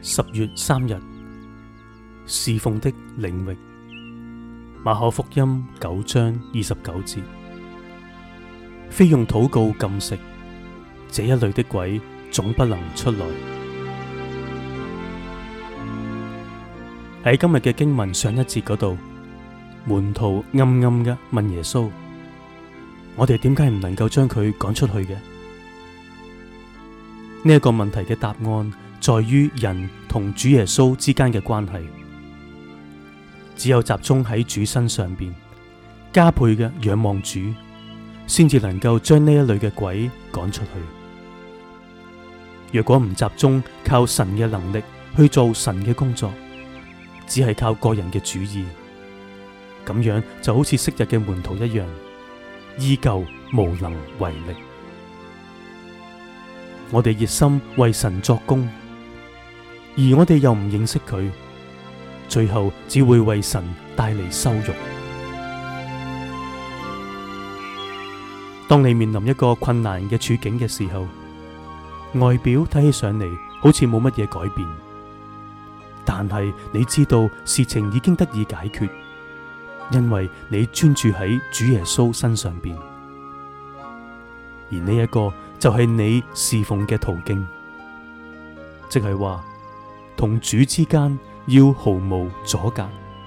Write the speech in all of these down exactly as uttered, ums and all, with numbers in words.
十月三日，侍奉的領域，馬可福音九章二十九節，非用禱告禁食，這一類的鬼總不能出來。喺今日嘅經文上一節嗰度，門徒暗暗嘅問耶穌：我哋點解唔能夠將佢趕出去嘅？呢一個問題嘅答案在於人同主耶穌之間嘅關係，只有集中喺主身上邊，加倍嘅仰望主，先至能夠將呢一類嘅鬼趕出去。若果唔集中靠神嘅能力去做神嘅工作，只係靠個人嘅主意，咁樣就好似昔日嘅門徒一樣，依舊無能為力。我哋熱心為神作工，而我哋又唔認識佢，最後只會為神帶嚟羞辱。當你面臨一個困難嘅處境嘅時候，外表睇起上嚟好似冇乜嘢改變，但係你知道事情已經得以解決，因為你專注喺主耶穌身上邊，而呢一個就係你侍奉嘅途徑，即係話同主之間要毫無阻隔。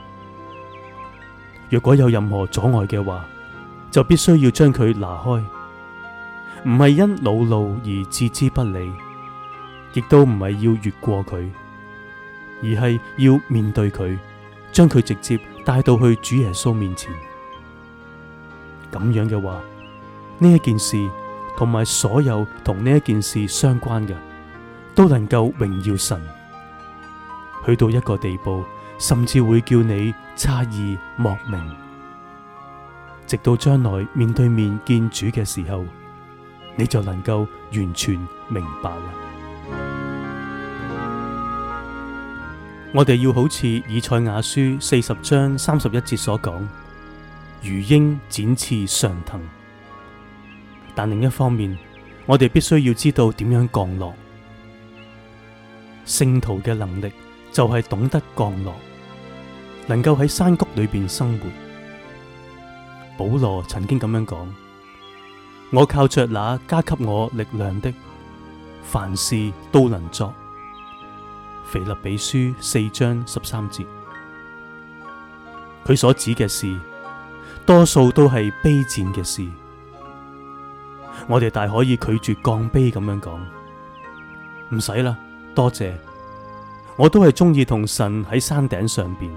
若果有任何阻礙嘅話，就必須要將佢拿開，唔係因惱怒而置之不理，亦都唔係要越過佢，而係要面對佢，將佢直接帶到去主耶穌面前。咁樣嘅話，呢一件事同埋所有同呢一件事相關嘅，都能夠榮耀神，去到一個地步，甚至會叫你詫異莫名，直到將來面對面見主嘅時候，你就能夠完全明白啦。我哋要好似以賽亞書四十章三十一節所講，如鷹展翅上騰。但另一方面，我哋必須要知道點樣降落。聖徒嘅能力就係懂得降落，能夠喺山谷裏邊生活。保羅曾經咁樣講：我靠着那加給我力量的，凡事都能作。腓立比書四章十三節，佢所指嘅事，多數都係卑賤嘅事。我哋大可以拒絕降卑咁樣講，唔使啦，多謝，我都係中意同神喺山頂上邊。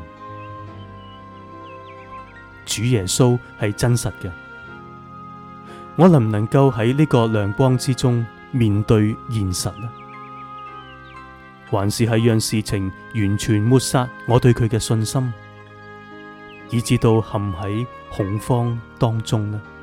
主耶穌係真實嘅，我能唔能夠喺呢個亮光之中面對現實呢？還是係讓事情完全抹殺我對佢嘅信心，以致到陷喺恐慌當中呢？